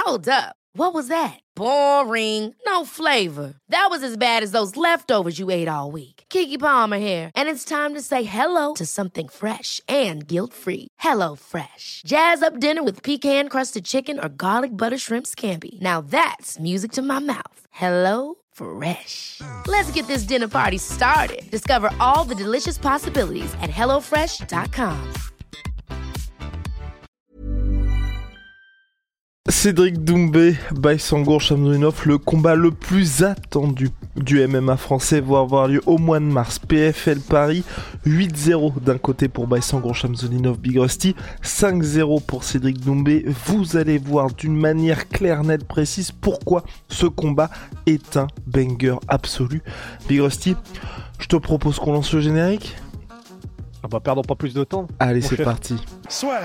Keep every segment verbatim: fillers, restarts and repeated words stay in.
Hold up. What was that? Boring. No flavor. That was as bad as those leftovers you ate all week. Keke Palmer here, and it's time to say hello to something fresh and guilt-free. Hello Fresh. Jazz up dinner with pecan-crusted chicken or garlic butter shrimp scampi. Now that's music to my mouth. Hello Fresh. Let's get this dinner party started. Discover all the delicious possibilities at hello fresh dot com. Cédric Doumbé, Baïsangour Shamsonov, le combat le plus attendu du M M A français va avoir lieu au mois de mars. P F L Paris, huit zéro d'un côté pour Baïsangour Shamsonov Big Rusty, cinq zéro pour Cédric Doumbé. Vous allez voir d'une manière claire, nette, précise pourquoi ce combat est un banger absolu. Big Rusty, je te propose qu'on lance le générique. Ah bah perdons pas plus de temps. Allez, c'est chef. parti. Soit.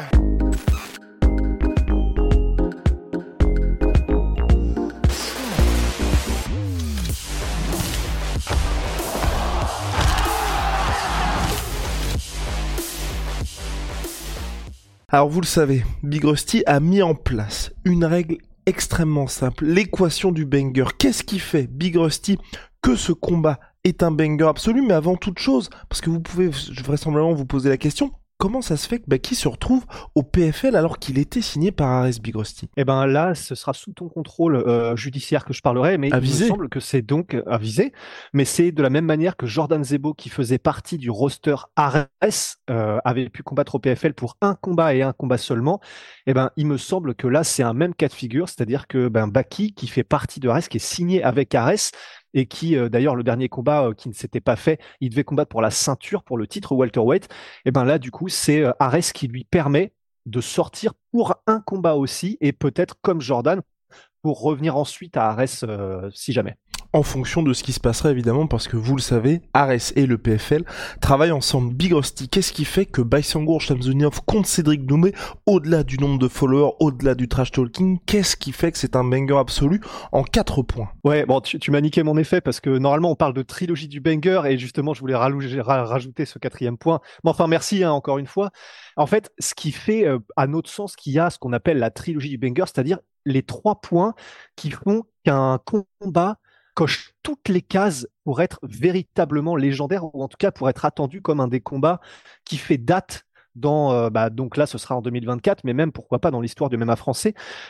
Alors vous le savez, Big Rusty a mis en place une règle extrêmement simple, l'équation du banger. Qu'est-ce qui fait, Big Rusty, que ce combat est un banger absolu? Mais avant toute chose, parce que vous pouvez vraisemblablement vous poser la question, comment ça se fait que Baki se retrouve au P F L alors qu'il était signé par Ares, Big Rusty? Eh ben là, ce sera sous ton contrôle euh, judiciaire que je parlerai, mais Avisé. il me semble que c'est donc avisé, mais c'est de la même manière que Jordan Zebo, qui faisait partie du roster Ares, euh, avait pu combattre au P F L pour un combat et un combat seulement. Eh ben, il me semble que là, c'est un même cas de figure, c'est-à-dire que ben, Baki, qui fait partie de Ares, qui est signé avec Ares, et qui, euh, d'ailleurs, le dernier combat euh, qui ne s'était pas fait, il devait combattre pour la ceinture, pour le titre welterweight. Et ben là, du coup, c'est euh, Ares qui lui permet de sortir pour un combat aussi, et peut-être comme Jordan, pour revenir ensuite à Ares euh, si jamais. En fonction de ce qui se passera évidemment, parce que vous le savez, Ares et le P F L travaillent ensemble. Big Rusty, qu'est-ce qui fait que Baïsangour Shamsonov contre Cédric Doumbé, au-delà du nombre de followers, au-delà du trash talking, qu'est-ce qui fait que c'est un banger absolu en quatre points? Ouais, bon, tu, tu m'as niqué mon effet, parce que normalement on parle de trilogie du banger, et justement je voulais rallouger, ra- rajouter ce quatrième point. Mais enfin merci hein, encore une fois. En fait, ce qui fait, euh, à notre sens, qu'il y a ce qu'on appelle la trilogie du banger, c'est-à-dire les trois points qui font qu'un combat coche toutes les cases pour être véritablement légendaire, ou en tout cas pour être attendu comme un des combats qui fait date dans, euh, bah, donc là ce sera en deux mille vingt-quatre, mais même pourquoi pas dans l'histoire du M M A français.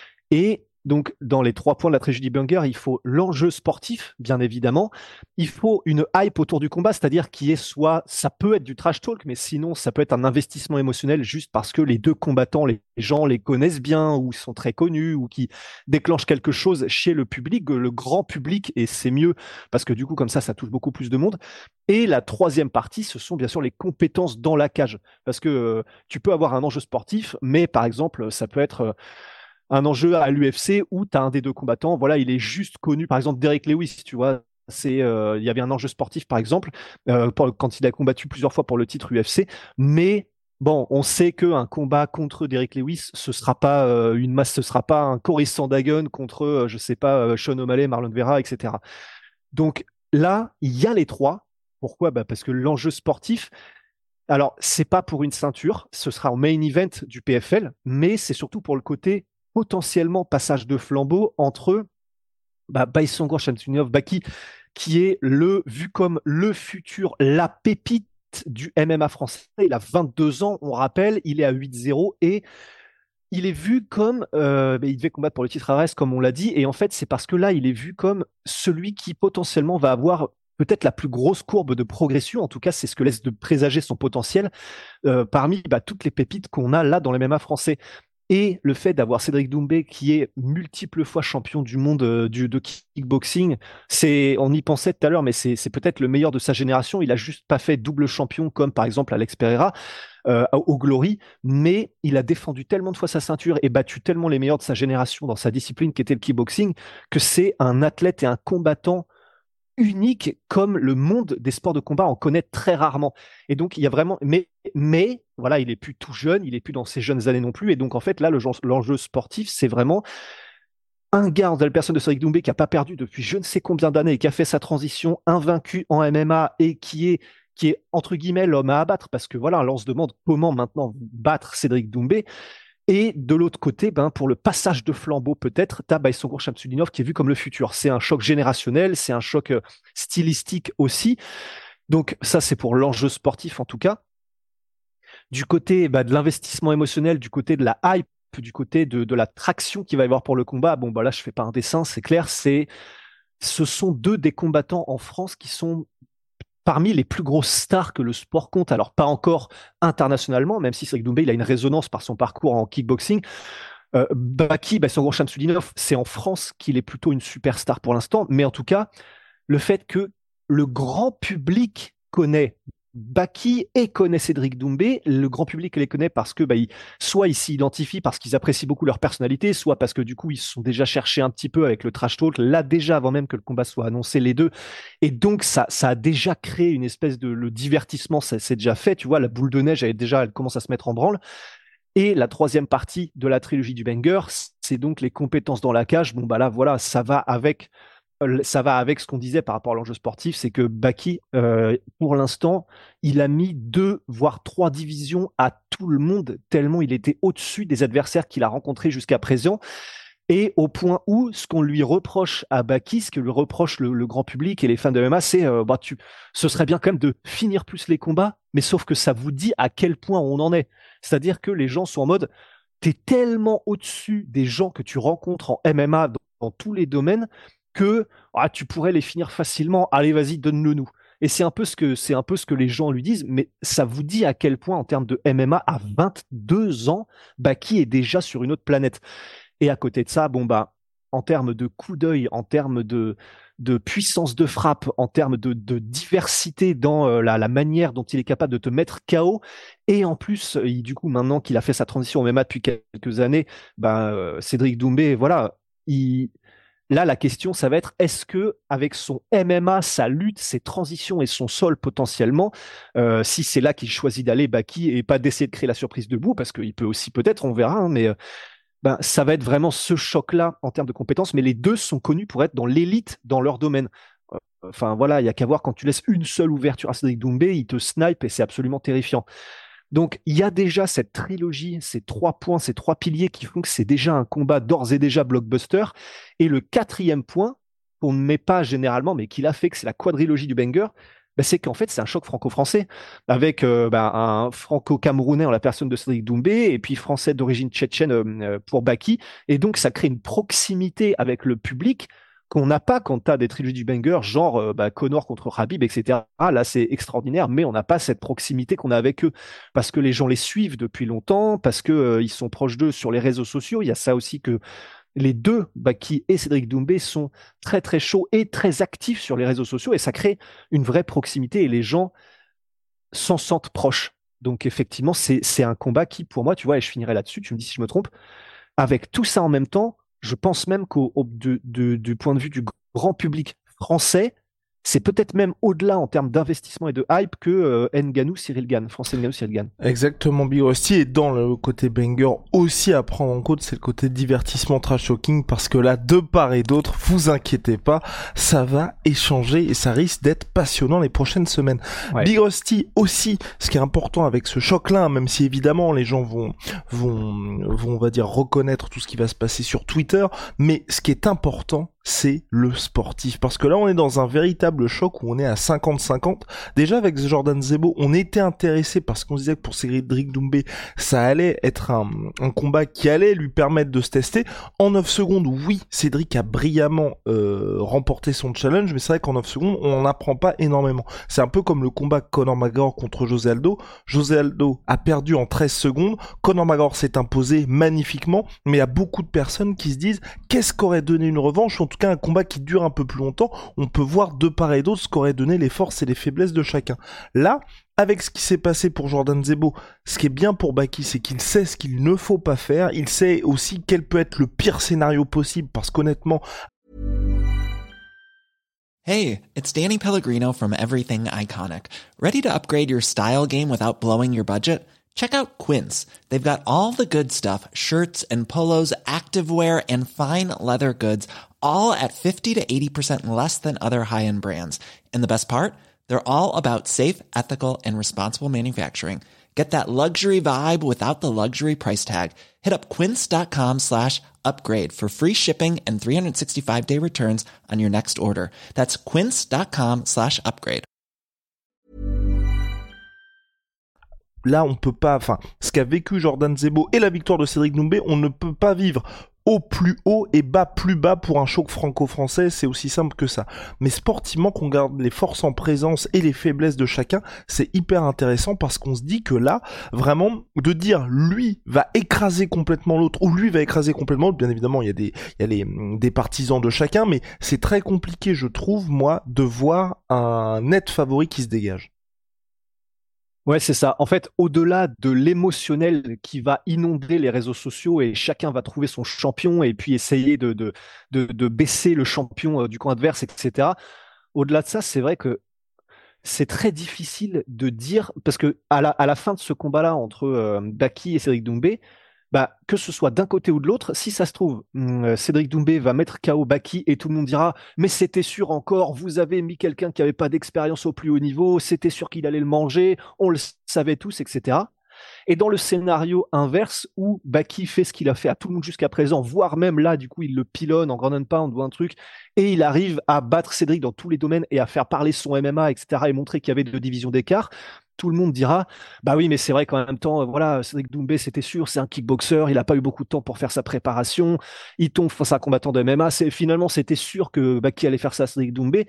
Et donc, dans les trois points de la tragédie banger, il faut l'enjeu sportif, bien évidemment. Il faut une hype autour du combat, c'est-à-dire qui est soit, ça peut être du trash talk, mais sinon, ça peut être un investissement émotionnel juste parce que les deux combattants, les gens les connaissent bien, ou sont très connus, ou qui déclenchent quelque chose chez le public, le grand public, et c'est mieux parce que du coup, comme ça, ça touche beaucoup plus de monde. Et la troisième partie, ce sont bien sûr les compétences dans la cage. Parce que euh, tu peux avoir un enjeu sportif, mais par exemple, ça peut être... Euh, un enjeu à l'U F C où tu as un des deux combattants, voilà, il est juste connu, par exemple Derek Lewis, tu vois, c'est, euh, il y avait un enjeu sportif par exemple, euh, pour, quand il a combattu plusieurs fois pour le titre U F C, mais bon, on sait qu'un combat contre Derek Lewis, ce sera pas euh, une masse, ce sera pas un Cory Sandhagen contre, euh, je sais pas, euh, Sean O'Malley, Marlon Vera, et cetera. Donc là, il y a les trois. Pourquoi? Bah parce que l'enjeu sportif, alors c'est pas pour une ceinture, ce sera au main event du P F L, mais c'est surtout pour le côté potentiellement passage de flambeau entre bah, Baïsangour Shamsonov Baki, qui est le vu comme le futur, la pépite du M M A français. Il a vingt-deux ans, on rappelle, il est à huit zéro et il est vu comme, euh, il devait combattre pour le titre Ares, comme on l'a dit, et en fait, c'est parce que là, il est vu comme celui qui potentiellement va avoir peut-être la plus grosse courbe de progression, en tout cas, c'est ce que laisse de présager son potentiel, euh, parmi bah, toutes les pépites qu'on a là dans le M M A français. Et le fait d'avoir Cédric Doumbé, qui est multiple fois champion du monde euh, du, de kickboxing, c'est, on y pensait tout à l'heure, mais c'est, c'est peut-être le meilleur de sa génération. Il a juste pas fait double champion comme par exemple Alex Pereira euh, au Glory, mais il a défendu tellement de fois sa ceinture et battu tellement les meilleurs de sa génération dans sa discipline qui était le kickboxing, que c'est un athlète et un combattant unique comme le monde des sports de combat en connaît très rarement. Et donc, il y a vraiment... Mais, mais voilà, il est plus tout jeune, il est plus dans ses jeunes années non plus. Et donc, en fait, là, le, l'enjeu sportif, c'est vraiment un gars dans la personne de Cédric Doumbé qui n'a pas perdu depuis je ne sais combien d'années et qui a fait sa transition invaincu en M M A et qui est, qui est entre guillemets, l'homme à abattre. Parce que voilà, là, on se demande comment maintenant battre Cédric Doumbé. Et de l'autre côté, ben, pour le passage de flambeau, peut-être, tu as Baïsongor Shamsudinov qui est vu comme le futur. C'est un choc générationnel, c'est un choc euh, stylistique aussi. Donc ça, c'est pour l'enjeu sportif en tout cas. Du côté bah, de l'investissement émotionnel, du côté de la hype, du côté de, de la traction qu'il va y avoir pour le combat, bon, bah là, je fais pas un dessin, c'est clair, c'est, ce sont deux des combattants en France qui sont parmi les plus grosses stars que le sport compte. Alors, pas encore internationalement, même si Cédric Doumbé, il a une résonance par son parcours en kickboxing. Euh, Baki, Baïsongor Shamsudinov, c'est en France qu'il est plutôt une superstar pour l'instant, mais en tout cas, le fait que le grand public connaît Baki et connaît Cédric Doumbé, le grand public les connaît parce que bah, ils, soit ils s'y identifient parce qu'ils apprécient beaucoup leur personnalité, soit parce que du coup ils se sont déjà cherchés un petit peu avec le trash talk, là déjà avant même que le combat soit annoncé les deux, et donc ça, ça a déjà créé une espèce de le divertissement, ça c'est déjà fait, tu vois, la boule de neige elle est déjà, elle commence à se mettre en branle. Et la troisième partie de la trilogie du banger, c'est donc les compétences dans la cage. Bon bah là voilà, ça va avec ça va avec ce qu'on disait par rapport à l'enjeu sportif, c'est que Baki, euh, pour l'instant, il a mis deux, voire trois divisions à tout le monde, tellement il était au-dessus des adversaires qu'il a rencontrés jusqu'à présent. Et au point où, ce qu'on lui reproche à Baki, ce que lui reproche le, le grand public et les fans de M M A, c'est euh, bah, tu, ce serait bien quand même de finir plus les combats, mais sauf que ça vous dit à quel point on en est. C'est-à-dire que les gens sont en mode, t'es tellement au-dessus des gens que tu rencontres en M M A dans, dans tous les domaines, que ah, tu pourrais les finir facilement. Allez, vas-y, donne-le nous. Et c'est un peu ce que c'est un peu ce que les gens lui disent, mais ça vous dit à quel point, en termes de M M A, à vingt-deux ans, Baki est déjà sur une autre planète. Et à côté de ça, bon bah, en termes de coup d'œil, en termes de de puissance de frappe, en termes de, de diversité dans euh, la, la manière dont il est capable de te mettre K O, et en plus, il, du coup, maintenant qu'il a fait sa transition au M M A depuis quelques années, bah, euh, Cédric Doumbé, voilà, il là, la question, ça va être, est-ce que avec son M M A, sa lutte, ses transitions et son sol potentiellement, euh, si c'est là qu'il choisit d'aller Baki et pas d'essayer de créer la surprise debout, parce qu'il peut aussi peut-être, on verra, hein, mais euh, ben, ça va être vraiment ce choc-là en termes de compétences, mais les deux sont connus pour être dans l'élite dans leur domaine. Enfin voilà, il y a qu'à voir, quand tu laisses une seule ouverture à Cédric Doumbé, il te snipe et c'est absolument terrifiant. Donc, il y a déjà cette trilogie, ces trois points, ces trois piliers qui font que c'est déjà un combat d'ores et déjà blockbuster. Et le quatrième point, qu'on ne met pas généralement, mais qui l'a fait que c'est la quadrilogie du banger, bah, c'est qu'en fait, c'est un choc franco-français, avec euh, bah, un franco-camerounais en la personne de Cédric Doumbé, et puis français d'origine tchétchène euh, pour Baki. Et donc, ça crée une proximité avec le public qu'on n'a pas quand tu as des trilogies du banger, genre euh, bah, Conor contre Khabib, et cetera. Ah, là, c'est extraordinaire, mais on n'a pas cette proximité qu'on a avec eux, parce que les gens les suivent depuis longtemps, parce qu'ils euh, sont proches d'eux sur les réseaux sociaux. Il y a ça aussi que les deux, Baki et Cédric Doumbé, sont très très chauds et très actifs sur les réseaux sociaux, et ça crée une vraie proximité, et les gens s'en sentent proches. Donc effectivement, c'est, c'est un combat qui, pour moi, tu vois, et je finirai là-dessus, tu me dis si je me trompe, avec tout ça en même temps, je pense même qu'au au, de, de, du point de vue du grand public français, c'est peut-être même au-delà en termes d'investissement et de hype que euh, Ngannou, Cyril Gane, français Ngannou, Cyril Gane. Exactement, Big Rusty. Et dans le côté banger aussi à prendre en compte, c'est le côté divertissement trash talking, parce que là, de part et d'autre, vous inquiétez pas, ça va échanger et ça risque d'être passionnant les prochaines semaines. Ouais. Big Rusty aussi, ce qui est important avec ce choc-là, même si évidemment les gens vont, vont, vont, on va dire, reconnaître tout ce qui va se passer sur Twitter, mais ce qui est important, c'est le sportif. Parce que là, on est dans un véritable choc où on est à cinquante cinquante. Déjà, avec Jordan Zebo, on était intéressé parce qu'on se disait que pour Cédric Doumbé, ça allait être un, un combat qui allait lui permettre de se tester. En neuf secondes, oui, Cédric a brillamment euh, remporté son challenge, mais c'est vrai qu'en neuf secondes, on n'en apprend pas énormément. C'est un peu comme le combat Conor McGregor contre José Aldo. José Aldo a perdu en treize secondes. Conor McGregor s'est imposé magnifiquement, mais il y a beaucoup de personnes qui se disent qu'est-ce qu'aurait donné une revanche, en tout cas un combat qui dure un peu plus longtemps. On peut voir de part et d'autre ce qu'aurait donné les forces et les faiblesses de chacun. Là, avec ce qui s'est passé pour Jordan Zebo, ce qui est bien pour Baki, c'est qu'il sait ce qu'il ne faut pas faire. Il sait aussi quel peut être le pire scénario possible, parce qu'honnêtement... Hey, it's Danny Pellegrino from Everything Iconic. Ready to upgrade your style game without blowing your budget? Check out Quince. They've got all the good stuff, shirts and polos, activewear, and fine leather goods, all at fifty to eighty percent less than other high-end brands. And the best part? They're all about safe, ethical, and responsible manufacturing. Get that luxury vibe without the luxury price tag. Hit up quince.com slash upgrade for free shipping and three sixty-five day returns on your next order. That's quince.com slash upgrade. Là, on peut pas, enfin, ce qu'a vécu Jordan Zebo et la victoire de Cédric Doumbé, on ne peut pas vivre au plus haut et bas plus bas pour un choc franco-français, c'est aussi simple que ça. Mais sportivement, qu'on garde les forces en présence et les faiblesses de chacun, c'est hyper intéressant parce qu'on se dit que là, vraiment, de dire lui va écraser complètement l'autre ou lui va écraser complètement l'autre, bien évidemment, il y a des, il y a les, des partisans de chacun, mais c'est très compliqué, je trouve, moi, de voir un net favori qui se dégage. Ouais, c'est ça. En fait, au-delà de l'émotionnel qui va inonder les réseaux sociaux et chacun va trouver son champion et puis essayer de, de, de, de baisser le champion euh, du camp adverse, et cetera. Au-delà de ça, c'est vrai que c'est très difficile de dire, parce que à la, à la fin de ce combat-là entre euh, Baki et Cédric Doumbé, bah, que ce soit d'un côté ou de l'autre, si ça se trouve, hum, Cédric Doumbé va mettre K O Baki et tout le monde dira « Mais c'était sûr encore, vous avez mis quelqu'un qui n'avait pas d'expérience au plus haut niveau, c'était sûr qu'il allait le manger, on le savait tous, et cetera » Et dans le scénario inverse, où Baki fait ce qu'il a fait à tout le monde jusqu'à présent, voire même là, du coup, il le pilonne en ground and pound ou un truc, et il arrive à battre Cédric dans tous les domaines et à faire parler son M M A, et cetera, et montrer qu'il y avait deux divisions d'écart, tout le monde dira bah oui, mais c'est vrai qu'en même temps, euh, voilà, Cédric Doumbé, c'était sûr, c'est un kickboxer, il n'a pas eu beaucoup de temps pour faire sa préparation, il tombe face à un combattant de M M A, c'est, finalement, c'était sûr que Baki allait faire ça à Cédric Doumbé.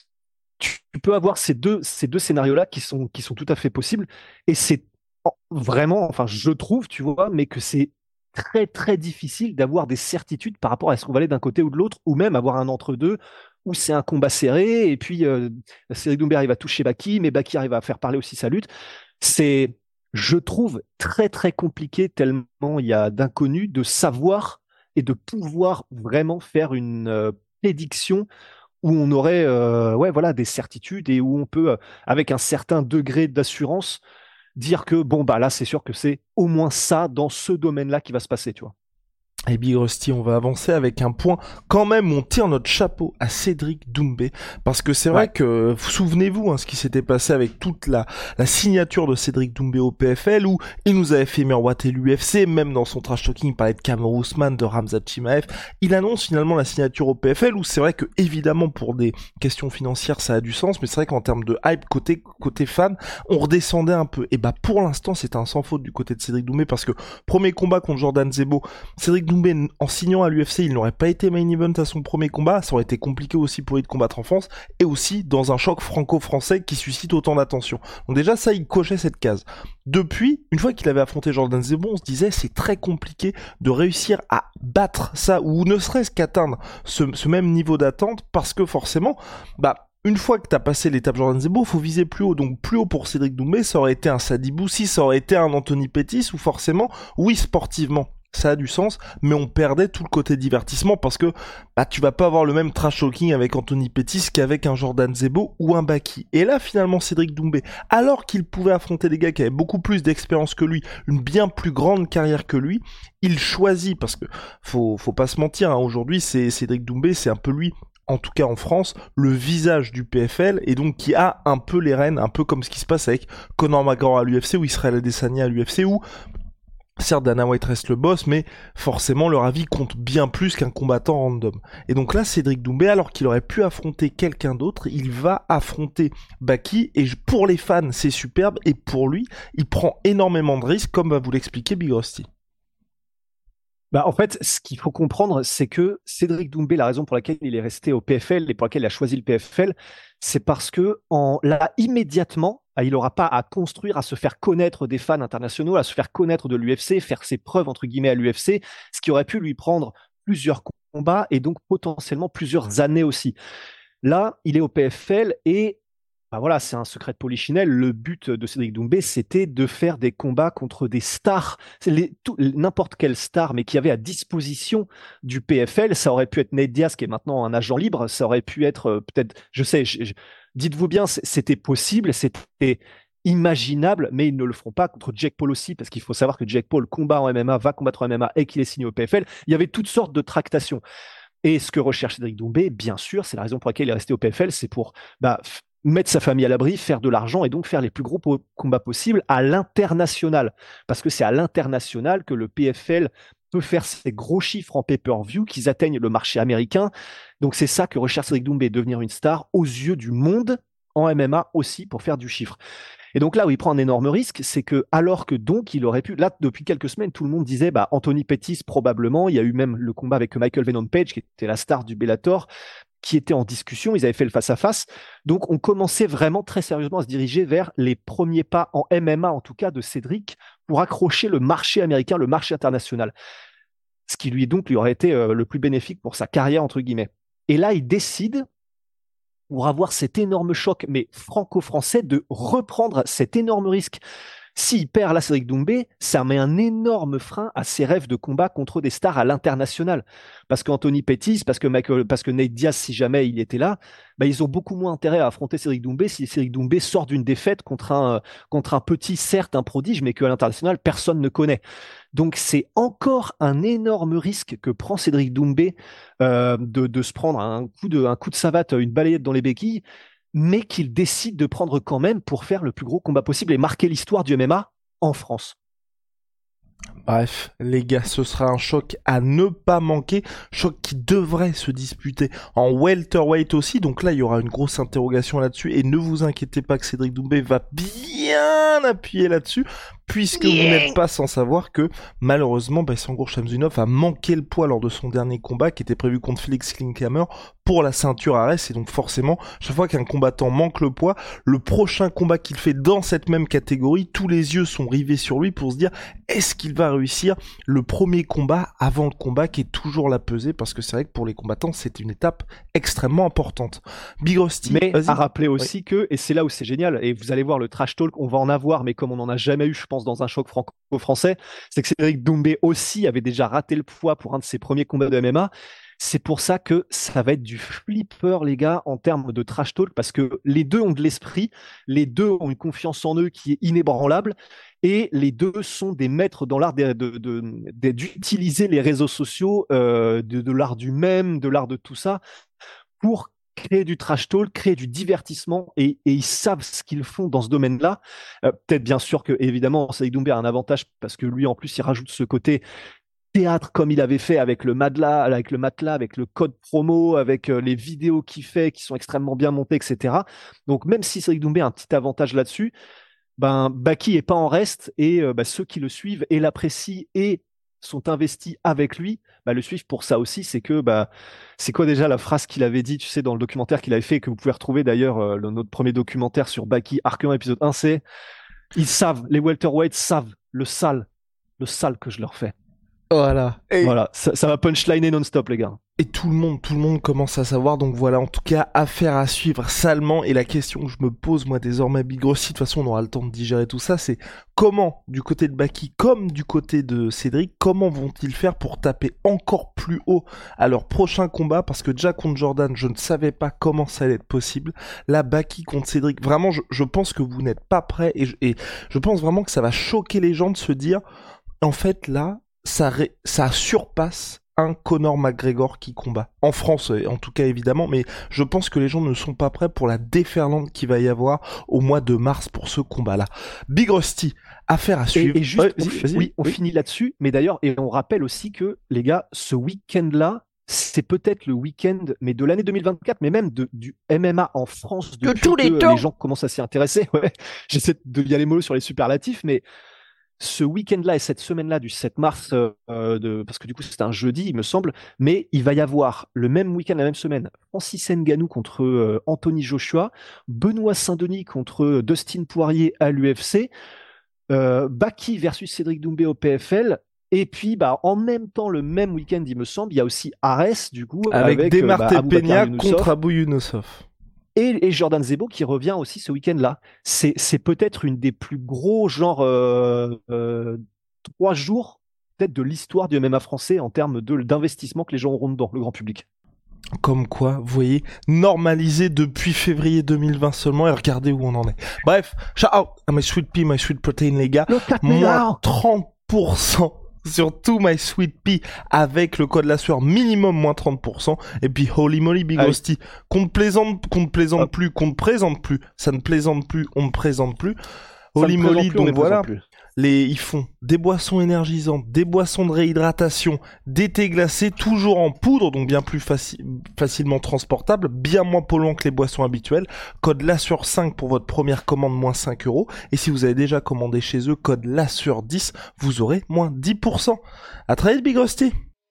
Tu, tu peux avoir ces deux, ces deux scénarios-là qui sont, qui sont tout à fait possibles, et c'est vraiment, enfin, je trouve, tu vois, mais que c'est très, très difficile d'avoir des certitudes par rapport à ce qu'on va aller d'un côté ou de l'autre, ou même avoir un entre-deux où c'est un combat serré, et puis euh, Cédric Doumbé arrive à toucher Baki, mais Baki arrive à faire parler aussi sa lutte. C'est, je trouve, très, très compliqué, tellement il y a d'inconnus, de savoir et de pouvoir vraiment faire une euh, prédiction où on aurait euh, ouais, voilà, des certitudes et où on peut, euh, avec un certain degré d'assurance, dire que bon, bah là, c'est sûr que c'est au moins ça dans ce domaine-là qui va se passer, tu vois. Et Big Rusty, on va avancer avec un point, quand même, on tire notre chapeau à Cédric Doumbé, parce que c'est vrai ouais. que, souvenez-vous, hein, ce qui s'était passé avec toute la, la signature de Cédric Doumbé au P F L, où il nous avait fait miroiter l'U F C, même dans son trash talking, il parlait de Kamaru Usman, de Khamzat Chimaev, il annonce finalement la signature au P F L, où c'est vrai que, évidemment, pour des questions financières, ça a du sens, mais c'est vrai qu'en termes de hype, côté, côté fan, on redescendait un peu, et bah, pour l'instant, c'est un sans faute du côté de Cédric Doumbé, parce que, premier combat contre Jordan Zebo, Cédric Doumbé, en signant à l'U F C, il n'aurait pas été main event à son premier combat, ça aurait été compliqué aussi pour lui de combattre en France, et aussi dans un choc franco-français qui suscite autant d'attention. Donc déjà ça, il cochait cette case. Depuis, une fois qu'il avait affronté Jordan Zebo, on se disait c'est très compliqué de réussir à battre ça, ou ne serait-ce qu'atteindre ce, ce même niveau d'attente, parce que forcément, bah, une fois que t'as passé l'étape Jordan Zebo, faut viser plus haut. Donc plus haut pour Cédric Doumbé, ça aurait été un Sadibou Boussi, ça aurait été un Anthony Pettis, ou forcément, oui, sportivement, ça a du sens, mais on perdait tout le côté divertissement parce que bah, tu vas pas avoir le même trash talking avec Anthony Pettis qu'avec un Jordan Zebo ou un Baki. Et là, finalement, Cédric Doumbé, alors qu'il pouvait affronter des gars qui avaient beaucoup plus d'expérience que lui, une bien plus grande carrière que lui, il choisit, parce que faut, faut pas se mentir, hein, aujourd'hui, c'est Cédric Doumbé, c'est un peu lui, en tout cas en France, le visage du P F L, et donc qui a un peu les rênes, un peu comme ce qui se passe avec Conor McGregor à l'U F C, ou Israel Adesanya à l'U F C, où certes, Dana White reste le boss, mais forcément, leur avis compte bien plus qu'un combattant random. Et donc là, Cédric Doumbé, alors qu'il aurait pu affronter quelqu'un d'autre, il va affronter Baki, et pour les fans, c'est superbe, et pour lui, il prend énormément de risques, comme va vous l'expliquer Big Rusty. Bah, en fait, ce qu'il faut comprendre, c'est que Cédric Doumbé, la raison pour laquelle il est resté au P F L et pour laquelle il a choisi le P F L, c'est parce que en, là, immédiatement, il n'aura pas à construire, à se faire connaître des fans internationaux, à se faire connaître de l'U F C, faire ses preuves, entre guillemets, à l'U F C, ce qui aurait pu lui prendre plusieurs combats et donc potentiellement plusieurs années aussi. Là, il est au P F L et bah voilà, c'est un secret de polichinelle. Le but de Cédric Doumbé, c'était de faire des combats contre des stars, les, tout, n'importe quelle star, mais qui avait à disposition du P F L. Ça aurait pu être Nate Diaz, qui est maintenant un agent libre. Ça aurait pu être euh, peut-être, je sais, je, je, dites-vous bien, c'était possible, c'était imaginable, mais ils ne le feront pas contre Jake Paul aussi, parce qu'il faut savoir que Jake Paul combat en M M A, va combattre en M M A et qu'il est signé au P F L. Il y avait toutes sortes de tractations. Et ce que recherche Cédric Doumbé, bien sûr, c'est la raison pour laquelle il est resté au P F L, c'est pour bah, mettre sa famille à l'abri, faire de l'argent et donc faire les plus gros po- combats possibles à l'international. Parce que c'est à l'international que le P F L peut faire ces gros chiffres en pay-per-view, qu'ils atteignent le marché américain. Donc c'est ça que recherche Cédric Doumbé, devenir une star aux yeux du monde en M M A aussi pour faire du chiffre. Et donc là où il prend un énorme risque, c'est que alors que donc il aurait pu, là depuis quelques semaines, tout le monde disait bah Anthony Pettis probablement, il y a eu même le combat avec Michael Venom Page qui était la star du Bellator, qui était en discussion, ils avaient fait le face-à-face. Donc, on commençait vraiment très sérieusement à se diriger vers les premiers pas en M M A, en tout cas, de Cédric, pour accrocher le marché américain, le marché international. Ce qui lui, donc, lui aurait été euh, le plus bénéfique pour sa carrière, entre guillemets. Et là, il décide, pour avoir cet énorme choc, mais franco-français, de reprendre cet énorme risque. S'il perd là Cédric Doumbé, ça met un énorme frein à ses rêves de combat contre des stars à l'international. Parce qu'Anthony Pettis, parce que, Michael, parce que Nate Diaz, si jamais il était là, bah, ils ont beaucoup moins intérêt à affronter Cédric Doumbé si Cédric Doumbé sort d'une défaite contre un, contre un petit, certes un prodige, mais qu'à l'international, personne ne connaît. Donc c'est encore un énorme risque que prend Cédric Doumbé euh, de, de se prendre un coup de, un coup de savate, une balayette dans les béquilles, mais qu'il décide de prendre quand même pour faire le plus gros combat possible et marquer l'histoire du M M A en France. Bref, les gars, ce sera un choc à ne pas manquer, choc qui devrait se disputer en welterweight aussi, donc là il y aura une grosse interrogation là-dessus, et ne vous inquiétez pas que Cédric Doumbé va bien appuyer là-dessus, puisque yeah. vous n'êtes pas sans savoir que malheureusement Baysangour Shamsunov a manqué le poids lors de son dernier combat qui était prévu contre Félix Klinkhammer pour la ceinture Ares, et donc forcément chaque fois qu'un combattant manque le poids, le prochain combat qu'il fait dans cette même catégorie, tous les yeux sont rivés sur lui pour se dire est-ce qu'il va réussir le premier combat avant le combat, qui est toujours la pesée, parce que c'est vrai que pour les combattants c'est une étape extrêmement importante. Big Rusty, mais vas-y. À rappeler aussi oui. que, et c'est là où c'est génial, et vous allez voir le trash talk, on va en avoir, mais comme on n'en a jamais eu, je pense, dans un choc franco-français, c'est que Cédric Doumbé aussi avait déjà raté le poids pour un de ses premiers combats de M M A. C'est pour ça que ça va être du flipper, les gars, en termes de trash talk, parce que les deux ont de l'esprit, les deux ont une confiance en eux qui est inébranlable, et les deux sont des maîtres dans l'art de, de, de, de, d'utiliser les réseaux sociaux, euh, de, de l'art du mème, de l'art de tout ça, pour créer du trash talk, créer du divertissement, et, et ils savent ce qu'ils font dans ce domaine-là. Euh, peut-être bien sûr que, évidemment, Cédric Doumbé a un avantage, parce que lui, en plus, il rajoute ce côté théâtre comme il avait fait avec le matelas, avec le matelas, avec le code promo, avec euh, les vidéos qu'il fait qui sont extrêmement bien montées, et cetera. Donc même si Cédric Doumbé a un petit avantage là-dessus, ben Baki est pas en reste, et euh, ben, ceux qui le suivent et l'apprécient et sont investis avec lui, ben, le suivent pour ça aussi. C'est que ben, c'est quoi déjà la phrase qu'il avait dit, tu sais, dans le documentaire qu'il avait fait, que vous pouvez retrouver d'ailleurs, euh, le, notre premier documentaire sur Baki, Arc un épisode un, c'est ils savent, les welterweights savent le sale, le sale que je leur fais. Voilà. Et voilà, ça, ça va punchliner non-stop, les gars. Et tout le monde, tout le monde commence à savoir, donc voilà, en tout cas, affaire à suivre salement. Et la question que je me pose, moi, désormais, Big Rusty, de toute façon, on aura le temps de digérer tout ça, c'est comment, du côté de Baki, comme du côté de Cédric, comment vont-ils faire pour taper encore plus haut à leur prochain combat? Parce que déjà contre Jordan, je ne savais pas comment ça allait être possible. Là, Baki contre Cédric, vraiment, je, je pense que vous n'êtes pas prêts, et je, et je pense vraiment que ça va choquer les gens de se dire, en fait, là, ça, ré, ça surpasse un Conor McGregor qui combat. En France, en tout cas, évidemment, mais je pense que les gens ne sont pas prêts pour la déferlante qu'il va y avoir au mois de mars pour ce combat-là. Big Rusty, affaire à suivre. Et, et juste, ouais, on, vas-y, oui, on oui. finit là-dessus, mais d'ailleurs, et on rappelle aussi que, les gars, ce week-end-là, c'est peut-être le week-end, mais de l'année deux mille vingt-quatre, mais même de, du M M A en France, depuis de tous les que temps. les gens commencent à s'y intéresser. Ouais, j'essaie de y aller mollo sur les superlatifs, mais ce week-end-là et cette semaine-là du sept mars, euh, de, parce que du coup c'était un jeudi, il me semble, mais il va y avoir le même week-end, la même semaine, Francis Ngannou contre euh, Anthony Joshua, Benoît Saint-Denis contre Dustin Poirier à l'U F C, euh, Baki versus Cédric Doumbé au P F L. Et puis, bah, en même temps, le même week-end, il me semble, il y a aussi Ares, du coup, avec, avec Demarte bah, Peña contre Abou Younousov. Et, et Jordan Zebo qui revient aussi ce week-end-là. C'est, c'est peut-être une des plus gros, genre, euh, euh, trois jours, peut-être, de l'histoire du M M A français en termes de, d'investissement que les gens auront dedans, le grand public. Comme quoi, vous voyez, normalisé depuis février deux mille vingt seulement, et regardez où on en est. Bref, shout out à my sweet pea, my sweet protein, les gars. Moins trente pour cent sur tout My Sweet Pea avec le code la sueur minimum moins trente pour cent. Et puis holy moly Big ah Hostie, oui. qu'on ne plaisante, qu'on ne plaisante ah. plus, qu'on ne présente plus, ça ne plaisante plus, on ne présente plus. Holy moly, donc voilà. Les, ils font des boissons énergisantes, des boissons de réhydratation, des thés glacés, toujours en poudre, donc bien plus faci- facilement transportables, bien moins polluants que les boissons habituelles. Code la sueur cinq pour votre première commande, moins cinq euros. Et si vous avez déjà commandé chez eux, code la sueur dix, vous aurez moins dix pour cent. À très vite, Big Hostie.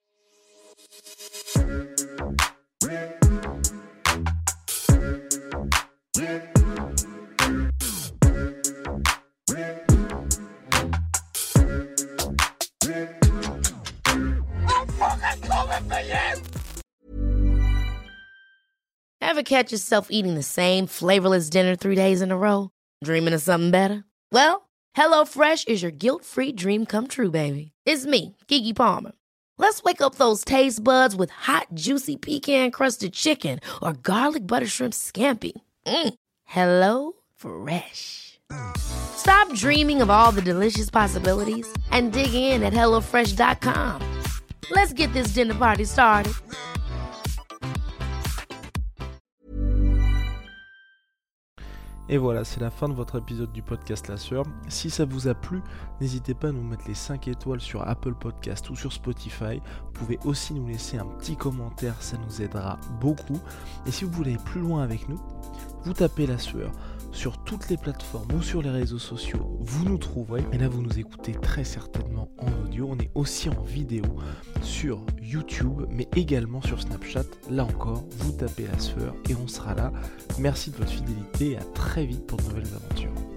Ever catch yourself eating the same flavorless dinner three days in a row? Dreaming of something better? Well, HelloFresh is your guilt-free dream come true, baby. It's me, Keke Palmer. Let's wake up those taste buds with hot, juicy pecan-crusted chicken or garlic butter shrimp scampi. Mm. Hello Fresh. Stop dreaming of all the delicious possibilities and dig in at hello fresh dot com. Let's get this dinner party started. Et voilà, c'est la fin de votre épisode du podcast La Sueur. Si ça vous a plu, n'hésitez pas à nous mettre les cinq étoiles sur Apple Podcast ou sur Spotify. Vous pouvez aussi nous laisser un petit commentaire, ça nous aidera beaucoup. Et si vous voulez aller plus loin avec nous, vous tapez La Sueur sur toutes les plateformes ou sur les réseaux sociaux, vous nous trouverez. Et là, vous nous écoutez très certainement en audio. On est aussi en vidéo sur YouTube, mais également sur Snapchat. Là encore, vous tapez La Sueur et on sera là. Merci de votre fidélité et à très vite pour de nouvelles aventures.